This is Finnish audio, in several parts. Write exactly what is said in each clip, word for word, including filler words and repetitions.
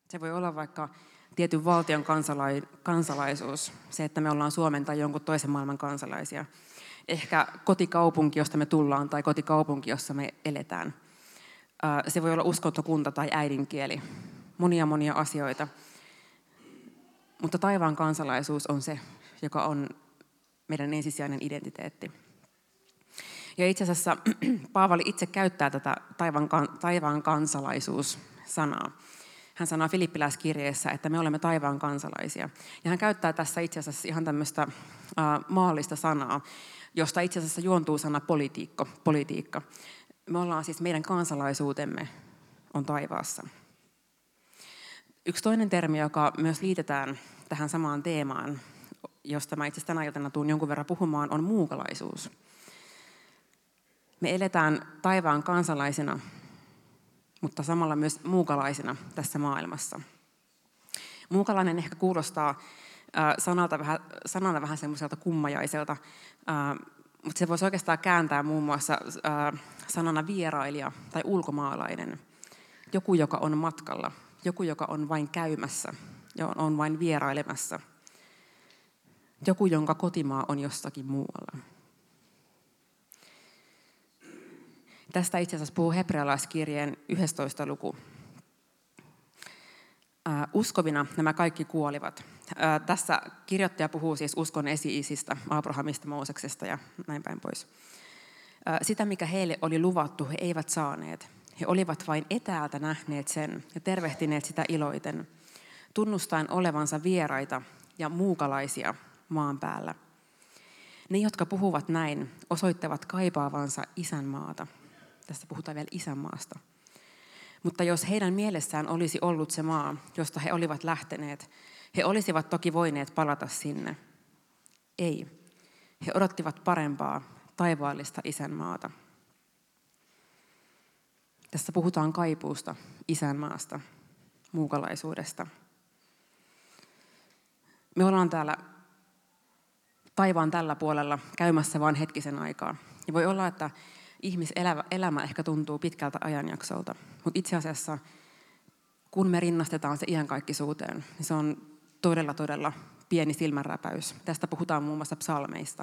Se voi olla vaikka tietyn valtion kansala- kansalaisuus, se, että me ollaan Suomen tai jonkun toisen maailman kansalaisia. Ehkä kotikaupunki, josta me tullaan, tai kotikaupunki, jossa me eletään. Se voi olla uskontokunta tai äidinkieli. Monia, monia asioita. Mutta taivaan kansalaisuus on se, joka on meidän ensisijainen identiteetti. Ja itse asiassa Paavali itse käyttää tätä taivaan, taivaan kansalaisuus-sanaa. Hän sanoo Filippiläiskirjeessä, että me olemme taivaan kansalaisia. Ja hän käyttää tässä itse asiassa ihan tämmöistä uh, maallista sanaa, josta itse asiassa juontuu sana politiikko, politiikka. Me ollaan siis, meidän kansalaisuutemme on taivaassa. Yksi toinen termi, joka myös liitetään tähän samaan teemaan, josta mä itse asiassa tänä iltana tuun jonkun verran puhumaan, on muukalaisuus. Me eletään taivaan kansalaisina, mutta samalla myös muukalaisina tässä maailmassa. Muukalainen ehkä kuulostaa äh, sanalta vähän, sanana vähän semmoiselta kummajaiselta, äh, mutta se voisi oikeastaan kääntää muun muassa äh, sanana vierailija tai ulkomaalainen. Joku, joka on matkalla, joku, joka on vain käymässä ja on vain vierailemassa. Joku, jonka kotimaa on jossakin muualla. Tästä itse asiassa puhuu hebrealaiskirjeen yhdestoista luku. Äh, uskovina nämä kaikki kuolivat. Äh, tässä kirjoittaja puhuu siis uskon esi-isistä, Abrahamista, Mooseksesta ja näin päin pois. Äh, sitä, mikä heille oli luvattu, he eivät saaneet. He olivat vain etäältä nähneet sen ja tervehtineet sitä iloiten, tunnustaen olevansa vieraita ja muukalaisia maan päällä. Ne, jotka puhuvat näin, osoittavat kaipaavansa isänmaata. Tästä puhutaan vielä isänmaasta. Mutta jos heidän mielessään olisi ollut se maa, josta he olivat lähteneet, he olisivat toki voineet palata sinne. Ei. He odottivat parempaa, taivaallista isänmaata. Tässä puhutaan kaipuusta, isänmaasta, muukalaisuudesta. Me ollaan täällä taivaan tällä puolella käymässä vain hetkisen aikaa. Ja voi olla, että ihmiselämä ehkä tuntuu pitkältä ajanjaksolta, mutta itse asiassa kun me rinnastetaan se iankaikkisuuteen, niin se on todella, todella pieni silmänräpäys. Tästä puhutaan muun muassa psalmeista.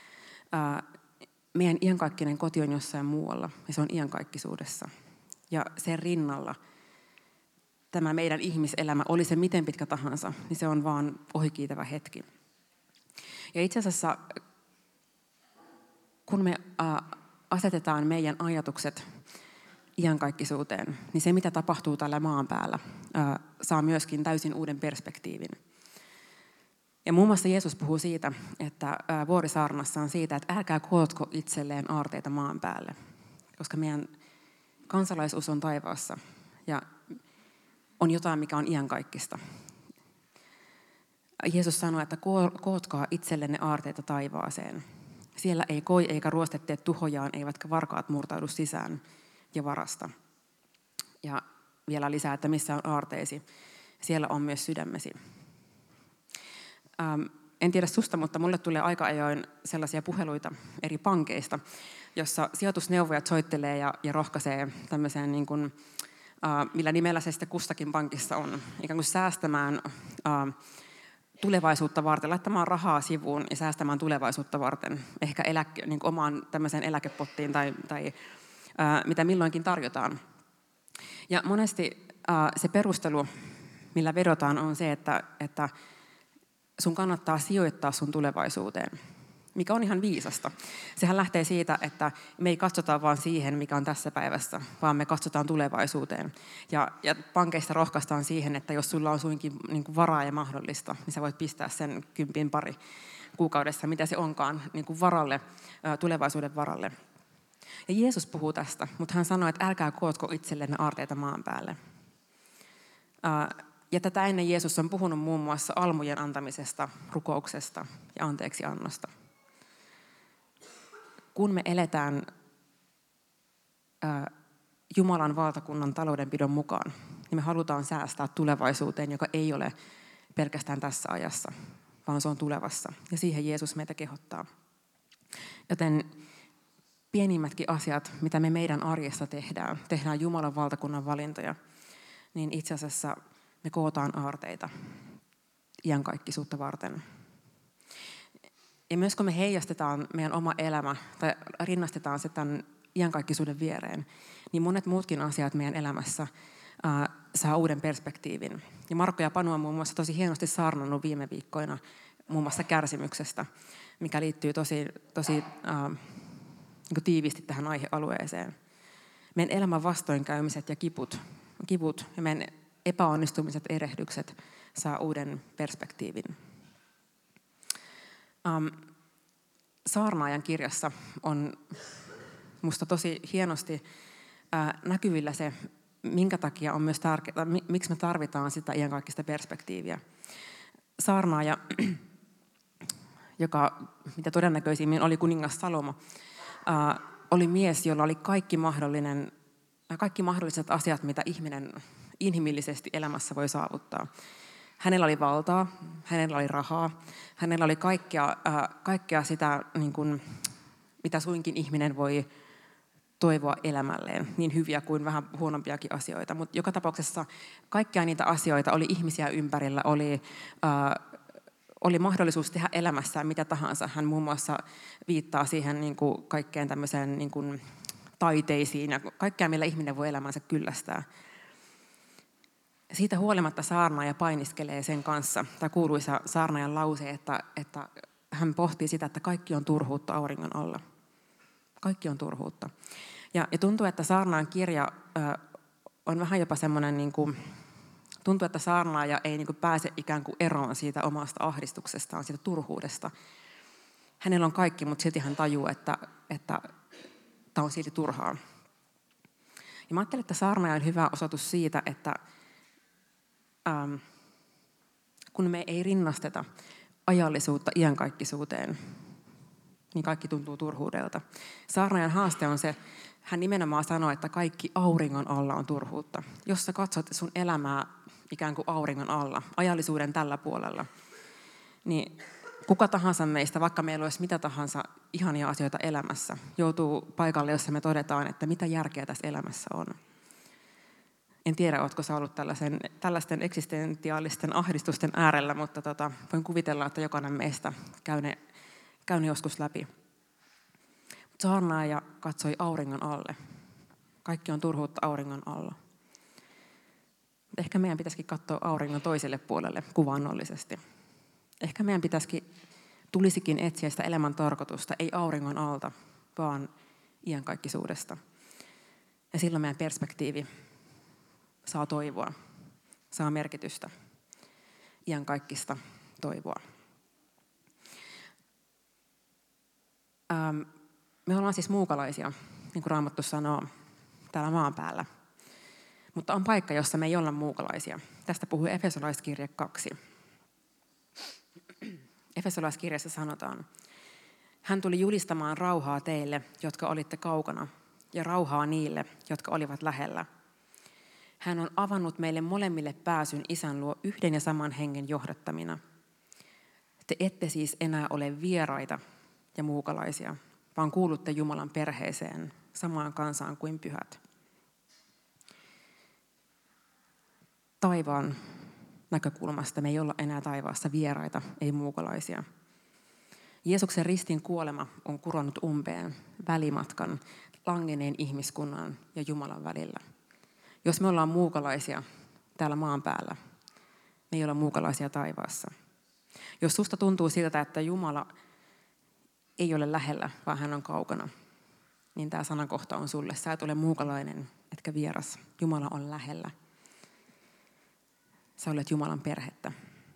Meidän iankaikkinen koti on jossain muualla, ja se on iankaikkisuudessa. Ja sen rinnalla tämä meidän ihmiselämä, oli se miten pitkä tahansa, niin se on vaan ohikiitävä hetki. Ja itse asiassa, kun me asetetaan meidän ajatukset iankaikkisuuteen, niin se, mitä tapahtuu tällä maan päällä, saa myöskin täysin uuden perspektiivin. Ja muun muassa Jeesus puhuu siitä, että Vuorisaarnassa on siitä, että älkää kootko itselleen aarteita maan päälle, koska meidän kansalaisuus on taivaassa ja on jotain, mikä on iankaikkista. Jeesus sanoi, että kootkaa itsellenne aarteita taivaaseen. Siellä ei koi eikä ruoste tee tuhojaan, eivätkä varkaat murtaudu sisään ja varasta. Ja vielä lisää, että missä on aarteesi, siellä on myös sydämesi. Ähm, en tiedä susta, mutta mulle tulee aika ajoin sellaisia puheluita eri pankeista, jossa sijoitusneuvojat soittelee ja, ja rohkaisee tämmöiseen, niin kuin, äh, millä nimellä se sitten kustakin pankissa on, ikään kuin säästämään äh, tulevaisuutta varten, laittamaan rahaa sivuun ja säästämään tulevaisuutta varten, ehkä eläke, niin kuin omaan tämmöiseen eläkepottiin tai, tai ää, mitä milloinkin tarjotaan. Ja monesti ää, se perustelu, millä vedotaan, on se, että, että sun kannattaa sijoittaa sun tulevaisuuteen, mikä on ihan viisasta. Sehän lähtee siitä, että me ei katsota vaan siihen, mikä on tässä päivässä, vaan me katsotaan tulevaisuuteen. Ja, ja pankeista rohkaistaan siihen, että jos sulla on suinkin niin kuin varaa ja mahdollista, niin sä voit pistää sen kympin pari kuukaudessa, mitä se onkaan, niin kuin varalle, tulevaisuuden varalle. Ja Jeesus puhuu tästä, mutta hän sanoi, että älkää kootko itsellenne aarteita maan päälle. Ja tätä ennen Jeesus on puhunut muun muassa almujen antamisesta, rukouksesta ja anteeksiannosta. Kun me eletään ää, Jumalan valtakunnan taloudenpidon mukaan, niin me halutaan säästää tulevaisuuteen, joka ei ole pelkästään tässä ajassa, vaan se on tulevassa. Ja siihen Jeesus meitä kehottaa. Joten pienimmätkin asiat, mitä me meidän arjessa tehdään, tehdään Jumalan valtakunnan valintoja, niin itse asiassa me kootaan aarteita iankaikkisuutta varten. Ja myös kun me heijastetaan meidän oma elämä tai rinnastetaan se tämän iankaikkisuuden viereen, niin monet muutkin asiat meidän elämässä ää, saa uuden perspektiivin. Ja Markko ja Panu on muun muassa tosi hienosti saarnannut viime viikkoina muun muassa kärsimyksestä, mikä liittyy tosi, tosi ää, niin tiiviisti tähän aihealueeseen. Meidän elämän vastoinkäymiset ja kiput, kivut ja meidän epäonnistumiset, erehdykset saa uuden perspektiivin. Um, Saarnaajan kirjassa on musta tosi hienosti ää, näkyvillä se, minkä takia on myös tärkeää, miksi me tarvitaan sitä iankaikkista perspektiiviä. Saarnaaja, joka mitä todennäköisimmin oli kuningas Salomo, ää, oli mies, jolla oli kaikki, mahdollinen, kaikki mahdolliset asiat, mitä ihminen inhimillisesti elämässä voi saavuttaa. Hänellä oli valtaa, hänellä oli rahaa, hänellä oli kaikkea, äh, kaikkea sitä, niin kuin, mitä suinkin ihminen voi toivoa elämälleen, niin hyviä kuin vähän huonompiakin asioita. Mutta joka tapauksessa kaikkia niitä asioita oli ihmisiä ympärillä, oli, äh, oli mahdollisuus tehdä elämässään mitä tahansa. Hän muun muassa viittaa siihen niin kuin kaikkeen tämmöiseen niin kuin taiteisiin ja kaikkea, millä ihminen voi elämänsä kyllästää. Siitä huolimatta saarnaaja painiskelee sen kanssa, tai kuuluisa saarnaajan lause, että, että hän pohtii sitä, että kaikki on turhuutta auringon alla. Kaikki on turhuutta. Ja, ja tuntuu, että saarnaajan kirja ö, on vähän jopa semmoinen, niin kuin, tuntuu, että saarnaaja ei niin kuin pääse ikään kuin eroon siitä omasta ahdistuksestaan, siitä turhuudesta. Hänellä on kaikki, mutta silti hän tajuu, että, että tämä on silti turhaa. Ja mä ajattelen, että saarnaaja on hyvä osoitus siitä, että Ähm, kun me ei rinnasteta ajallisuutta iankaikkisuuteen, niin kaikki tuntuu turhuudelta. Saarnaajan haaste on se, hän nimenomaan sanoo, että kaikki auringon alla on turhuutta. Jos sä katsot sun elämää ikään kuin auringon alla, ajallisuuden tällä puolella, niin kuka tahansa meistä, vaikka meillä olisi mitä tahansa ihania asioita elämässä, joutuu paikalle, jossa me todetaan, että mitä järkeä tässä elämässä on. En tiedä, oletko sä ollut tällaisen, tällaisten eksistentiaalisten ahdistusten äärellä, mutta tota, voin kuvitella, että jokainen meistä käy ne, käy ne joskus läpi. Saarnaaja katsoi auringon alle. Kaikki on turhuutta auringon alla. Ehkä meidän pitäisikin katsoa auringon toiselle puolelle kuvaannollisesti. Ehkä meidän pitäisikin, tulisikin etsiä sitä elämän tarkoitusta, ei auringon alta, vaan iankaikkisuudesta. Ja silloin meidän perspektiivi saa toivoa, saa merkitystä, iankaikkista toivoa. Ähm, me ollaan siis muukalaisia, niin kuin Raamattu sanoo, täällä maan päällä. Mutta on paikka, jossa me ei olla muukalaisia. Tästä puhuu Efesolaiskirje kaksi. Efesolaiskirjassa sanotaan, hän tuli julistamaan rauhaa teille, jotka olitte kaukana, ja rauhaa niille, jotka olivat lähellä. Hän on avannut meille molemmille pääsyn Isän luo yhden ja saman hengen johdattamina. Te ette siis enää ole vieraita ja muukalaisia, vaan kuulutte Jumalan perheeseen, samaan kansaan kuin pyhät. Taivaan näkökulmasta me ei olla enää taivaassa vieraita, ei muukalaisia. Jeesuksen ristin kuolema on kuronnut umpeen välimatkan langeneen ihmiskunnan ja Jumalan välillä. Jos me ollaan muukalaisia täällä maan päällä, me ei olla muukalaisia taivaassa. Jos susta tuntuu siltä, että Jumala ei ole lähellä, vaan hän on kaukana, niin tämä sanakohta on sulle. Sä et ole muukalainen, etkä vieras. Jumala on lähellä. Sä olet Jumalan perhettä.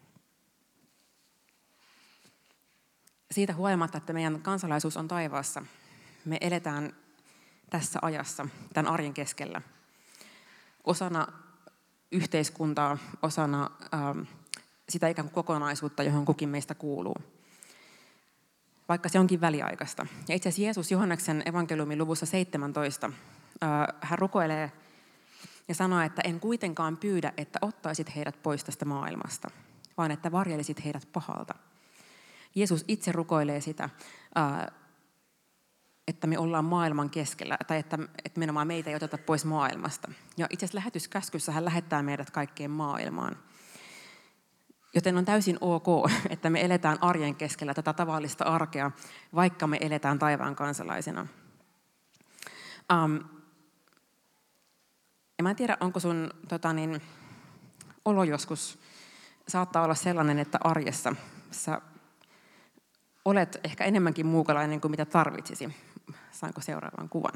Siitä huolimatta, että meidän kansalaisuus on taivaassa, me eletään tässä ajassa, tämän arjen keskellä. Osana yhteiskuntaa, osana ähm, sitä ikään kuin kokonaisuutta, johon kukin meistä kuuluu. Vaikka se onkin väliaikaista. Ja itse asiassa Jeesus Johanneksen evankeliumin luvussa seitsemäntoista, äh, hän rukoilee ja sanoo, että en kuitenkaan pyydä, että ottaisit heidät pois tästä maailmasta, vaan että varjelisit heidät pahalta. Jeesus itse rukoilee sitä, äh, että me ollaan maailman keskellä, tai että, että nimenomaan meitä ei oteta pois maailmasta. Ja itse asiassa lähetyskäskyssä hän lähettää meidät kaikkeen maailmaan. Joten on täysin ok, että me eletään arjen keskellä tätä tavallista arkea, vaikka me eletään taivaan kansalaisena. Um, ja mä en tiedä, onko sun tota niin, olo joskus saattaa olla sellainen, että arjessa sä olet ehkä enemmänkin muukalainen kuin mitä tarvitsisi. Saanko seuraavan kuvan?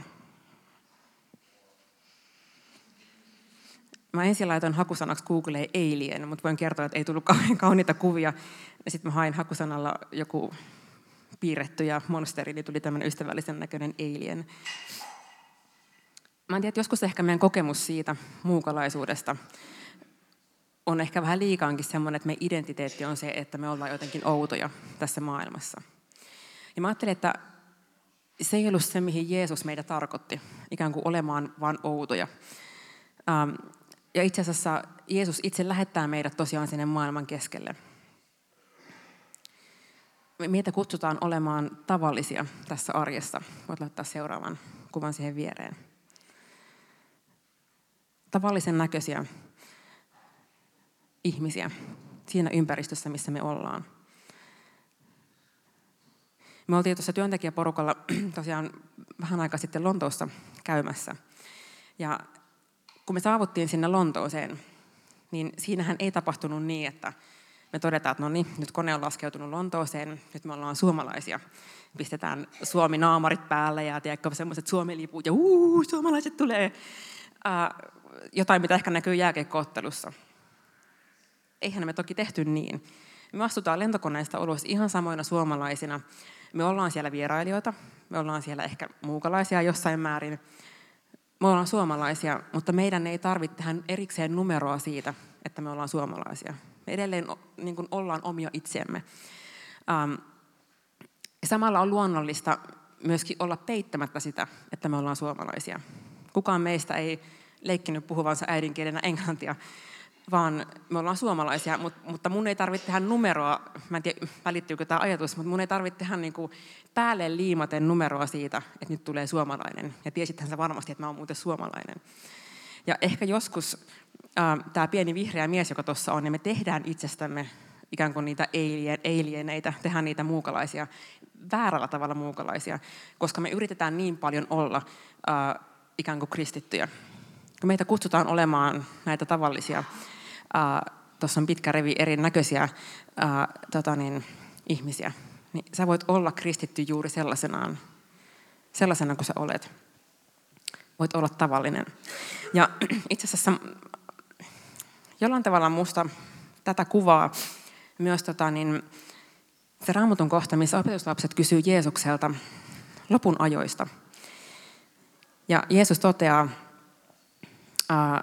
Mä ensin laitoin hakusanaksi Googleen alien, mutta voin kertoa, että ei tullut kauhean kauniita kuvia. Ja sitten mä hain hakusanalla joku piirretty ja monsteri, niin tuli tämmöinen ystävällisen näköinen alien. Mä en tiedä, että joskus ehkä meidän kokemus siitä muukalaisuudesta on ehkä vähän liikaankin semmoinen, että meidän identiteetti on se, että me ollaan jotenkin outoja tässä maailmassa. Ja mä ajattelin, että se ei ollut se, mihin Jeesus meitä tarkoitti, ikään kuin olemaan vain outoja. Ja itse asiassa Jeesus itse lähettää meidät tosiaan sinne maailman keskelle. Meitä kutsutaan olemaan tavallisia tässä arjessa. Voit laittaa seuraavan kuvan siihen viereen. Tavallisen näköisiä ihmisiä siinä ympäristössä, missä me ollaan. Me oltiin tuossa työntekijäporukalla tosiaan vähän aikaa sitten Lontoossa käymässä. Ja kun me saavuttiin sinne Lontooseen, niin siinähän ei tapahtunut niin, että me todetaan, että no niin, nyt kone on laskeutunut Lontooseen, nyt me ollaan suomalaisia. Pistetään Suomi-naamarit päälle ja tiedätkö, semmoiset Suomi-liput ja uuu, suomalaiset tulee. Uh, jotain, mitä ehkä näkyy jääkiekko-ottelussa. Eihän me toki tehty niin. Me astutaan lentokoneesta ulos ihan samoina suomalaisina. Me ollaan siellä vierailijoita, me ollaan siellä ehkä muukalaisia jossain määrin. Me ollaan suomalaisia, mutta meidän ei tarvitse tehdä erikseen numeroa siitä, että me ollaan suomalaisia. Me edelleen niin kuin ollaan omia itseämme. Ähm, samalla on luonnollista myöskin olla peittämättä sitä, että me ollaan suomalaisia. Kukaan meistä ei leikkinyt puhuvansa äidinkielenä englantia, vaan me ollaan suomalaisia, mutta mun ei tarvitse tehdä numeroa, mä en tiedä välittyykö tämä ajatus, mutta mun ei tarvitse tehdä niin kuin päälle liimaten numeroa siitä, että nyt tulee suomalainen. Ja tiesithän sä varmasti, että mä oon muuten suomalainen. Ja ehkä joskus äh, tämä pieni vihreä mies, joka tuossa on, niin me tehdään itsestämme ikään kuin niitä alieneitä, tehdään niitä muukalaisia, väärällä tavalla muukalaisia, koska me yritetään niin paljon olla äh, ikään kuin kristittyjä. Kun meitä kutsutaan olemaan näitä tavallisia, äh, tuossa on pitkä revi erinäköisiä äh, tota niin, ihmisiä, niin sä voit olla kristitty juuri sellaisenaan, sellaisena kuin sä olet. Voit olla tavallinen. Ja itse asiassa jollain tavalla musta tätä kuvaa myös tota niin, se Raamatun kohta, missä opetuslapset kysyy Jeesukselta lopun ajoista. Ja Jeesus toteaa, ää,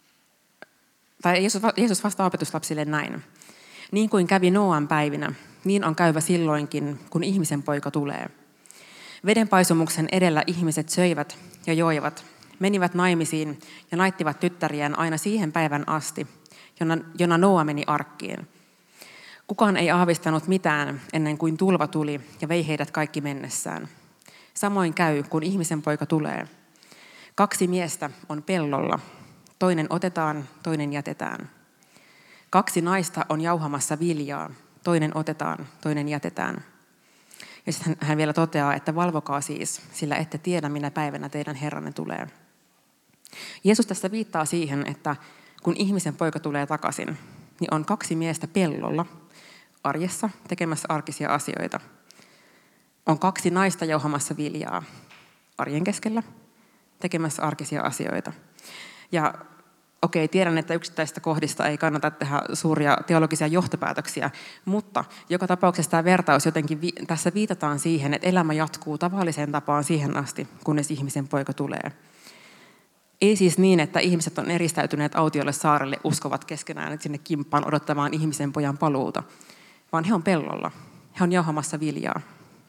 tai Jeesus, Jeesus vastaa opetuslapsille näin. Niin kuin kävi Nooan päivinä, niin on käyvä silloinkin, kun ihmisen poika tulee. Vedenpaisumuksen edellä ihmiset söivät ja joivat, menivät naimisiin ja naittivat tyttäriään aina siihen päivän asti, jona, jona Nooa meni arkkiin. Kukaan ei aavistanut mitään ennen kuin tulva tuli ja vei heidät kaikki mennessään. Samoin käy, kun ihmisen poika tulee. Kaksi miestä on pellolla. Toinen otetaan, toinen jätetään. Kaksi naista on jauhamassa viljaa. Toinen otetaan, toinen jätetään. Ja sitten hän vielä toteaa, että valvokaa siis, sillä ette tiedä, minä päivänä teidän Herranne tulee. Jeesus tässä viittaa siihen, että kun ihmisen poika tulee takaisin, niin on kaksi miestä pellolla, arjessa, tekemässä arkisia asioita. On kaksi naista jauhamassa viljaa, arjen keskellä, tekemässä arkisia asioita. Ja okei, okay, tiedän, että yksittäisistä kohdista ei kannata tehdä suuria teologisia johtopäätöksiä, mutta joka tapauksessa tämä vertaus jotenkin, vi- tässä viitataan siihen, että elämä jatkuu tavalliseen tapaan siihen asti, kunnes ihmisen poika tulee. Ei siis niin, että ihmiset on eristäytyneet autiolle saarelle, uskovat keskenään, että sinne kimppaan odottamaan ihmisen pojan paluuta, vaan he on pellolla, he on jauhamassa viljaa.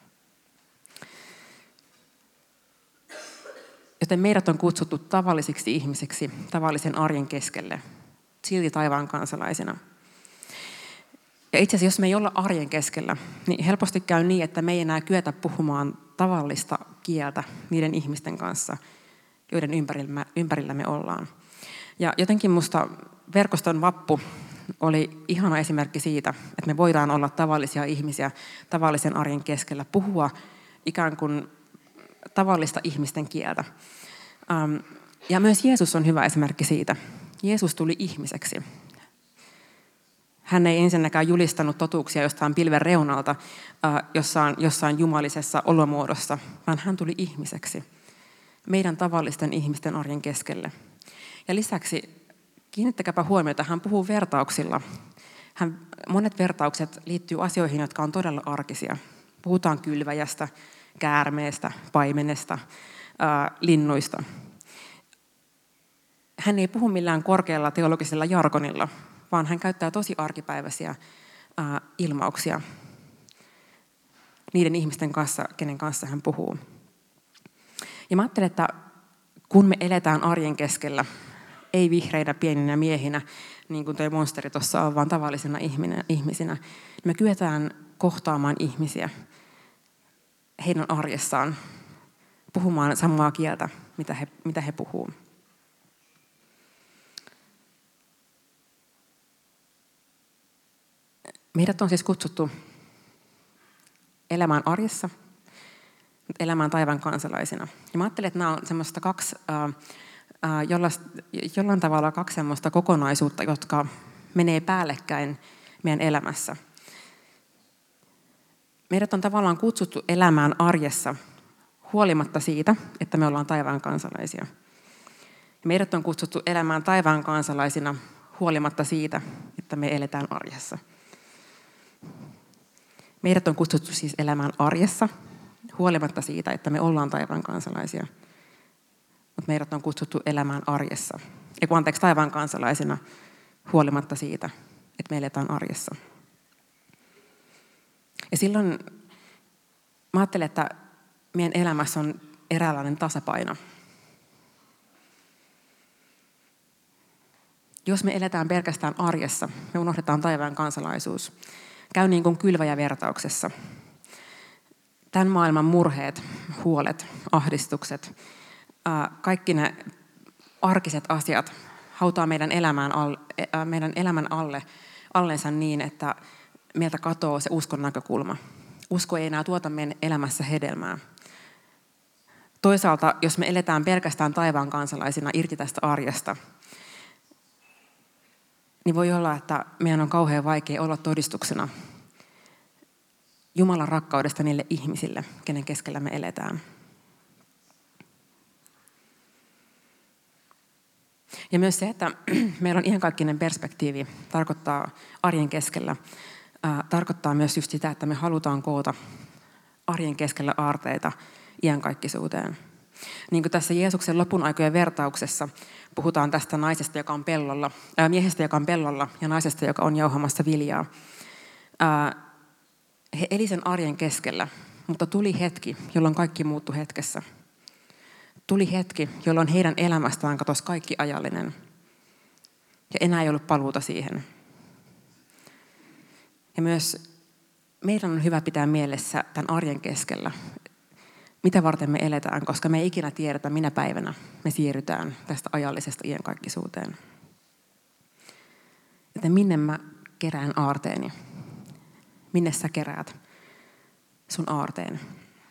Joten meidät on kutsuttu tavallisiksi ihmisiksi, tavallisen arjen keskelle, silti taivaan kansalaisina. Ja itse asiassa, jos me ei olla arjen keskellä, niin helposti käy niin, että me ei enää kyetä puhumaan tavallista kieltä niiden ihmisten kanssa, joiden ympärillä, ympärillä me ollaan. Ja jotenkin musta verkoston vappu oli ihana esimerkki siitä, että me voidaan olla tavallisia ihmisiä tavallisen arjen keskellä, puhua ikään kuin tavallista ihmisten kieltä. Ja myös Jeesus on hyvä esimerkki siitä. Jeesus tuli ihmiseksi. Hän ei ensinnäkään julistanut totuuksia jostain pilven reunalta, jossain, jossain jumalisessa olomuodossa, vaan hän tuli ihmiseksi, meidän tavallisten ihmisten arjen keskelle. Ja lisäksi, kiinnittäkääpä huomiota, hän puhuu vertauksilla. Hän, monet vertaukset liittyy asioihin, jotka on todella arkisia. Puhutaan kylväjästä, käärmeestä, paimenesta, ää, linnuista. Hän ei puhu millään korkealla teologisella jargonilla, vaan hän käyttää tosi arkipäiväisiä ää, ilmauksia niiden ihmisten kanssa, kenen kanssa hän puhuu. Ja mä ajattelen, että kun me eletään arjen keskellä, ei vihreinä pieninä miehinä, niin kuin tuo monsteri tuossa on, vaan tavallisina ihmisinä, niin me kyetään kohtaamaan ihmisiä heidän arjessaan, puhumaan samaa kieltä, mitä he, mitä he puhuu. Meidät on siis kutsuttu elämään arjessa, elämään taivaan kansalaisina. Ja mä ajattelen, että nämä on semmoista kaksi, äh, jolla, jollain tavalla kaksi semmoista kokonaisuutta, jotka menee päällekkäin meidän elämässä. Meidät on tavallaan kutsuttu elämään arjessa huolimatta siitä, että me ollaan taivaan kansalaisia. Ja meidät on kutsuttu elämään taivaan kansalaisina huolimatta siitä, että me eletään arjessa. Meidät on kutsuttu siis elämään arjessa huolimatta siitä, että me ollaan taivaan kansalaisia. Mutta meidät on kutsuttu elämään arjessa. Eiku anteeksi, taivaan kansalaisina huolimatta siitä, että me eletään arjessa. Ja silloin mä ajattelen, että meidän elämässä on eräänlainen tasapaino. Jos me eletään pelkästään arjessa, me unohdetaan taivaan kansalaisuus. Käy niin kuin kylväjävertauksessa. Tämän maailman murheet, huolet, ahdistukset, kaikki ne arkiset asiat hautaa meidän, elämään alle, meidän elämän alle, allensa niin, että meiltä katoaa se uskon näkökulma. Usko ei enää tuota meidän elämässä hedelmää. Toisaalta, jos me eletään pelkästään taivaan kansalaisina irti tästä arjesta, niin voi olla, että meidän on kauhean vaikea olla todistuksena Jumalan rakkaudesta niille ihmisille, kenen keskellä me eletään. Ja myös se, että meillä on iankaikkinen perspektiivi, tarkoittaa arjen keskellä, ää, tarkoittaa myös just sitä, että me halutaan koota arjen keskellä aarteita iankaikkisuuteen. Niin kuin tässä Jeesuksen lopun aikojen vertauksessa puhutaan tästä naisesta, joka on pellolla, ää, miehestä, joka on pellolla ja naisesta, joka on jauhamassa viljaa. Ää, he eli sen arjen keskellä, mutta tuli hetki, jolloin kaikki muuttui hetkessä. Tuli hetki, jolloin heidän elämästään katosi kaikki ajallinen. Ja enää ei ollut paluuta siihen. Ja myös meidän on hyvä pitää mielessä tämän arjen keskellä, mitä varten me eletään, koska me ei ikinä tiedetä, minä päivänä me siirrytään tästä ajallisesta iankaikkisuuteen. Joten minne mä kerään aarteeni? Minne sä keräät sun aarteen?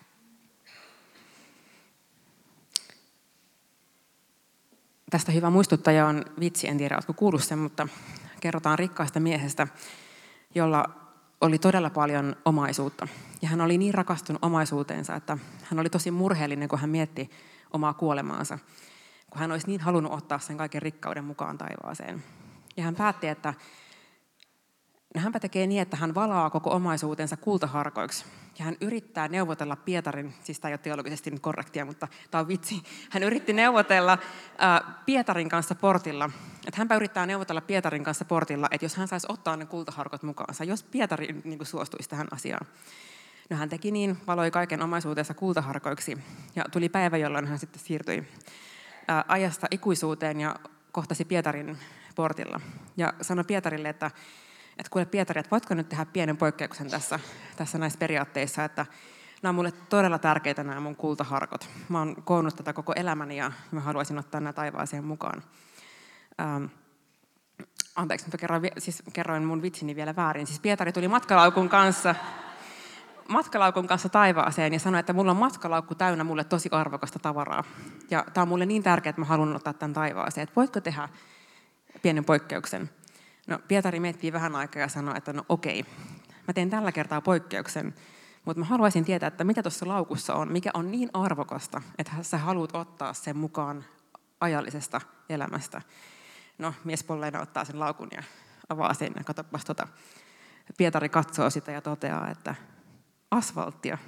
Tästä hyvä muistuttaja on vitsi, en tiedä, oletko kuullut sen, mutta kerrotaan rikkaasta miehestä, jolla oli todella paljon omaisuutta. Ja hän oli niin rakastunut omaisuuteensa, että hän oli tosi murheellinen, kun hän mietti omaa kuolemaansa. Kun hän olisi niin halunnut ottaa sen kaiken rikkauden mukaan taivaaseen. Ja hän päätti, että no hänpä tekee niin, että hän valaa koko omaisuutensa kultaharkoiksi. Ja hän yrittää neuvotella Pietarin, siis tämä ei ole teologisesti nyt korrektia, mutta tämä on vitsi. Hän yritti neuvotella ää, Pietarin kanssa portilla. Että hänpä yrittää neuvotella Pietarin kanssa portilla, että jos hän saisi ottaa ne kultaharkot mukaansa, jos Pietari niin kuin suostuisi tähän asiaan. No hän teki niin, valoi kaiken omaisuutensa kultaharkoiksi. Ja tuli päivä, jolloin hän sitten siirtyi ää, ajasta ikuisuuteen ja kohtasi Pietarin portilla. Ja sanoi Pietarille, että Että kuule Pietari, että voitko nyt tehdä pienen poikkeuksen tässä, tässä näissä periaatteissa, että Nämä on mulle todella tärkeitä nämä mun kultaharkot. Mä oon koonnut tätä koko elämäni ja mä haluaisin ottaa nämä taivaaseen mukaan. Ähm, anteeksi, mutta kerroin, siis kerroin mun vitsini vielä väärin. Siis Pietari tuli matkalaukun kanssa, matkalaukun kanssa taivaaseen ja sanoi, että mulla on matkalaukku täynnä mulle tosi arvokasta tavaraa. Ja tää on mulle niin tärkeää, että mä haluan ottaa tämän taivaaseen. Että voitko tehdä pienen poikkeuksen? No Pietari miettii vähän aikaa ja sanoi, että no okei, mä teen tällä kertaa poikkeuksen. Mutta mä haluaisin tietää, että mitä tuossa laukussa on, mikä on niin arvokasta, että sä haluat ottaa sen mukaan ajallisesta elämästä. No, mies polleina ottaa sen laukun ja avaa sen ja katsopas tota. Pietari katsoo sitä ja toteaa, että asfalttia.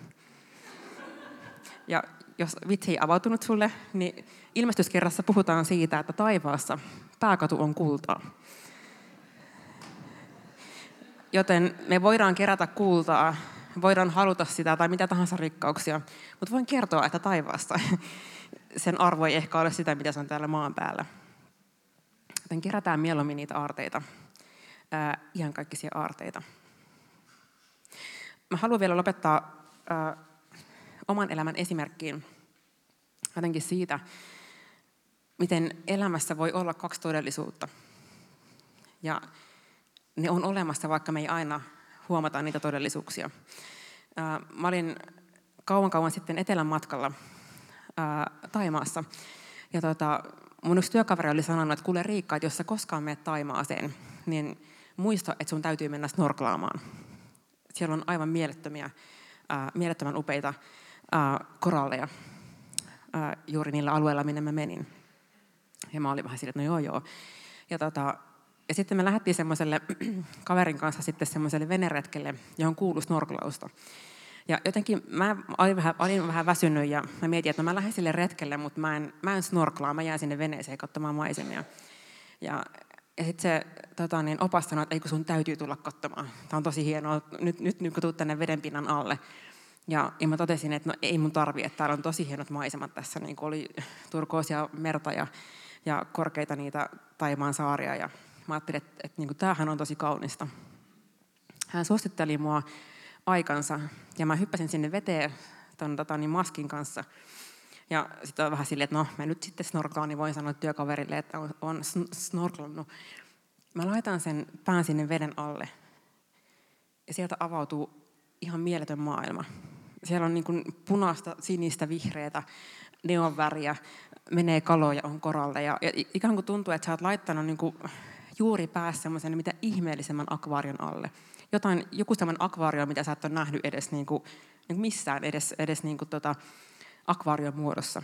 Ja jos vitsi ei avautunut sulle, niin ilmestyskerrassa puhutaan siitä, että taivaassa pääkatu on kultaa. Joten me voidaan kerätä kultaa, voidaan haluta sitä tai mitä tahansa rikkauksia, mutta voin kertoa, että taivaassa sen arvo ei ehkä ole sitä, mitä se on täällä maan päällä. Joten kerätään mieluummin niitä aarteita, ää, iankaikkisia aarteita. Mä haluan vielä lopettaa ää, oman elämän esimerkkiin jotenkin siitä, miten elämässä voi olla kaksi todellisuutta. Ja ne on olemassa, vaikka me ei aina huomata niitä todellisuuksia. Ää, mä olin kauan kauan sitten etelän matkalla ää, Thaimaassa. Ja tota, mun yksi työkaveri oli sanonut, että kuule Riikka, että jos sä koskaan menet Thaimaaseen, niin muista, että sun täytyy mennä snorklaamaan. Siellä on aivan mielettömiä, ää, mielettömän upeita ää, koralleja ää, juuri niillä alueilla, minne mä menin. Ja mä olin vähän silleen, että no joo joo. Ja, tota, ja sitten me lähdettiin semmoiselle kaverin kanssa sitten semmoiselle veneretkelle, johon kuului snorklausta. Ja jotenkin mä olin vähän, olin vähän väsynyt ja mä mietin, että no mä lähden sille retkelle, mutta mä en, mä en snorklaa, mä jään sinne veneeseen katsomaan maisemia. Ja, ja sitten se tota, niin opas sanoi, että ei kun sun täytyy tulla katsomaan. Tämä on tosi hienoa, nyt, nyt, nyt kun tuut tänne vedenpinnan alle. Ja, ja mä totesin, että no ei mun tarvitse, että täällä on tosi hienot maisemat tässä. Niin kuin oli turkoosia merta ja, ja korkeita niitä Thaimaan saaria. Ja mä ajattelin, että, että, että niin kuin, tämähän on tosi kaunista. Hän suositteli mua aikansa, ja mä hyppäsin sinne veteen ton tota, niin maskin kanssa. Ja sitten on vähän silleen, että no, mä nyt sitten snorklaan, niin voin sanoa työkaverille, että on, on snorklannut. Mä laitan sen pään sinne veden alle, ja sieltä avautuu ihan mieletön maailma. Siellä on niin kuin punaista, sinistä, vihreätä, neonväriä, menee kaloja, on koralleja. Ja ikään kuin tuntuu, että sä oot laittanut niin kuin juuri päässä semmoisen mitä ihmeellisemmän akvaarion alle. Jotain, joku semmoinen akvaario, mitä sä et ole nähnyt edes niin kuin, niin kuin missään edes, edes niin kuin tota akvaarion muodossa.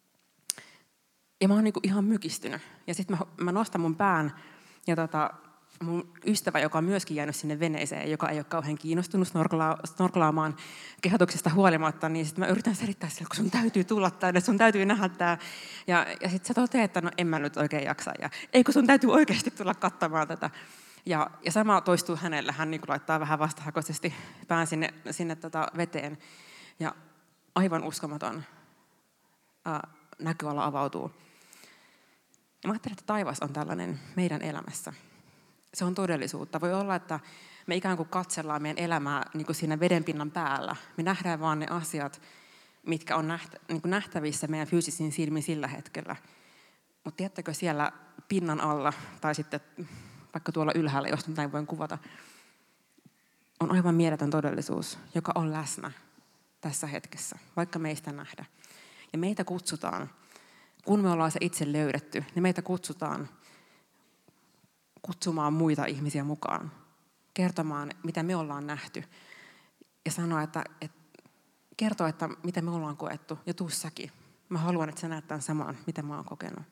Ja mä oon niin kuin ihan mykistynyt. Ja sitten mä, mä nostan mun pään ja tota, mun ystävä, joka on myöskin jäänyt sinne veneeseen, joka ei ole kauhean kiinnostunut snorkla- snorklaamaan kehotuksesta huolimatta, niin sitten mä yritän selittää sille, kun sun täytyy tulla tänne, sun täytyy nähdä tää. Ja, ja sitten sä toteat, että no en mä nyt oikein jaksa. Ja ei kun sun täytyy oikeasti tulla katsomaan tätä. Ja, ja sama toistuu hänellä. Hän niin kuin laittaa vähän vastahakoisesti pään sinne, sinne tota veteen. Ja aivan uskomaton ää, näköala avautuu. Ja mä ajattelen, että taivas on tällainen meidän elämässä. Se on todellisuutta. Voi olla, että me ikään kuin katsellaan meidän elämää niin kuin siinä vedenpinnan päällä. Me nähdään vaan ne asiat, mitkä on nähtä, niin kuin nähtävissä meidän fyysisiin silmiin sillä hetkellä. Mutta tiedättekö siellä pinnan alla, tai sitten vaikka tuolla ylhäällä, jos nyt näin voin kuvata, on aivan mieletön todellisuus, joka on läsnä tässä hetkessä, vaikka meistä nähdä. Ja meitä kutsutaan, kun me ollaan se itse löydetty, niin meitä kutsutaan kutsumaan muita ihmisiä mukaan, kertomaan, mitä me ollaan nähty, ja sanoa, että, että kertoa, että mitä me ollaan koettu, ja tuu säkin. Mä haluan, että sä näet tämän saman, mitä mä oon kokenut.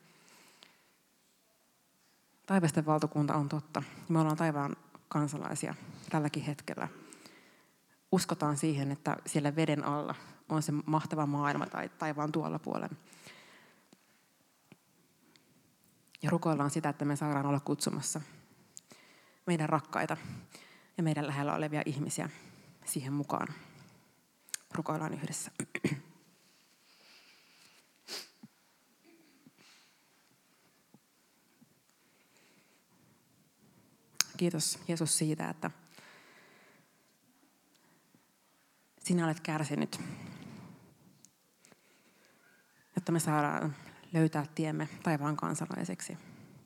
Taivasten valtakunta on totta. Me ollaan taivaan kansalaisia tälläkin hetkellä. Uskotaan siihen, että siellä veden alla on se mahtava maailma tai taivaan tuolla puolella. Ja rukoillaan sitä, että me saadaan olla kutsumassa meidän rakkaita ja meidän lähellä olevia ihmisiä siihen mukaan. Rukoillaan yhdessä. Kiitos Jeesus siitä, että sinä olet kärsinyt, jotta me saadaan löytää tiemme taivaan kansalaiseksi.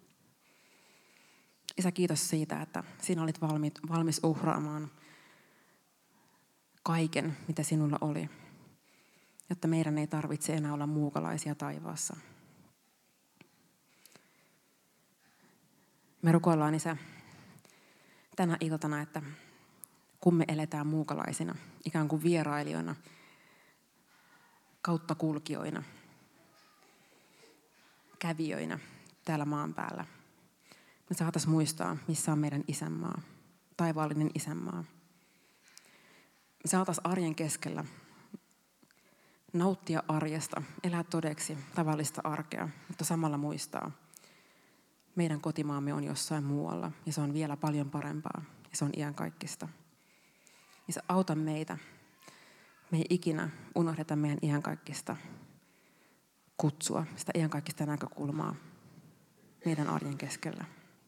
Isä, kiitos siitä, että sinä olit valmi, valmis uhraamaan kaiken, mitä sinulla oli, jotta meidän ei tarvitse enää olla muukalaisia taivaassa. Me rukoillaan, Isä, tänä iltana, että kun me eletään muukalaisina, ikään kuin vierailijoina, kauttakulkijoina, kävijöinä täällä maan päällä, me saataisiin muistaa, missä on meidän isänmaa, taivaallinen isänmaa. Me saataisiin arjen keskellä nauttia arjesta, elää todeksi tavallista arkea, mutta samalla muistaa, meidän kotimaamme on jossain muualla ja se on vielä paljon parempaa ja se on iankaikkista. Ja se auta meitä. Me ei ikinä unohdeta meidän iankaikkista kutsua, sitä iankaikkista näkökulmaa meidän arjen keskellä.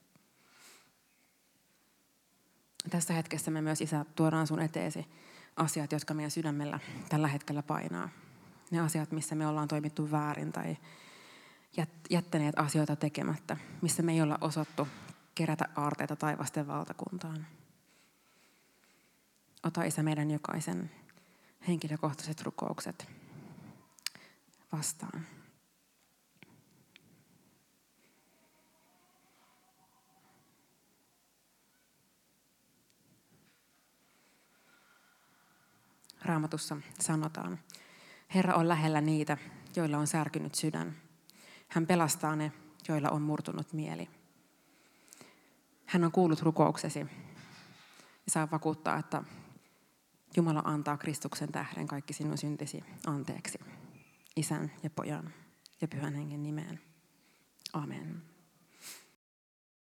Tässä hetkessä me myös, Isä, tuodaan sun eteesi asiat, jotka meidän sydämellä tällä hetkellä painaa. Ne asiat, missä me ollaan toimittu väärin tai jättäneet asioita tekemättä, missä me ei olla osattu kerätä aarteita taivasten valtakuntaan. Ota, Isä, meidän jokaisen henkilökohtaiset rukoukset vastaan. Raamatussa sanotaan, Herra on lähellä niitä, joilla on särkynyt sydän. Hän pelastaa ne, joilla on murtunut mieli. Hän on kuullut rukouksesi ja saa vakuuttaa, että Jumala antaa Kristuksen tähden kaikki sinun syntisi anteeksi. Isän ja Pojan ja Pyhän Hengen nimeen. Amen.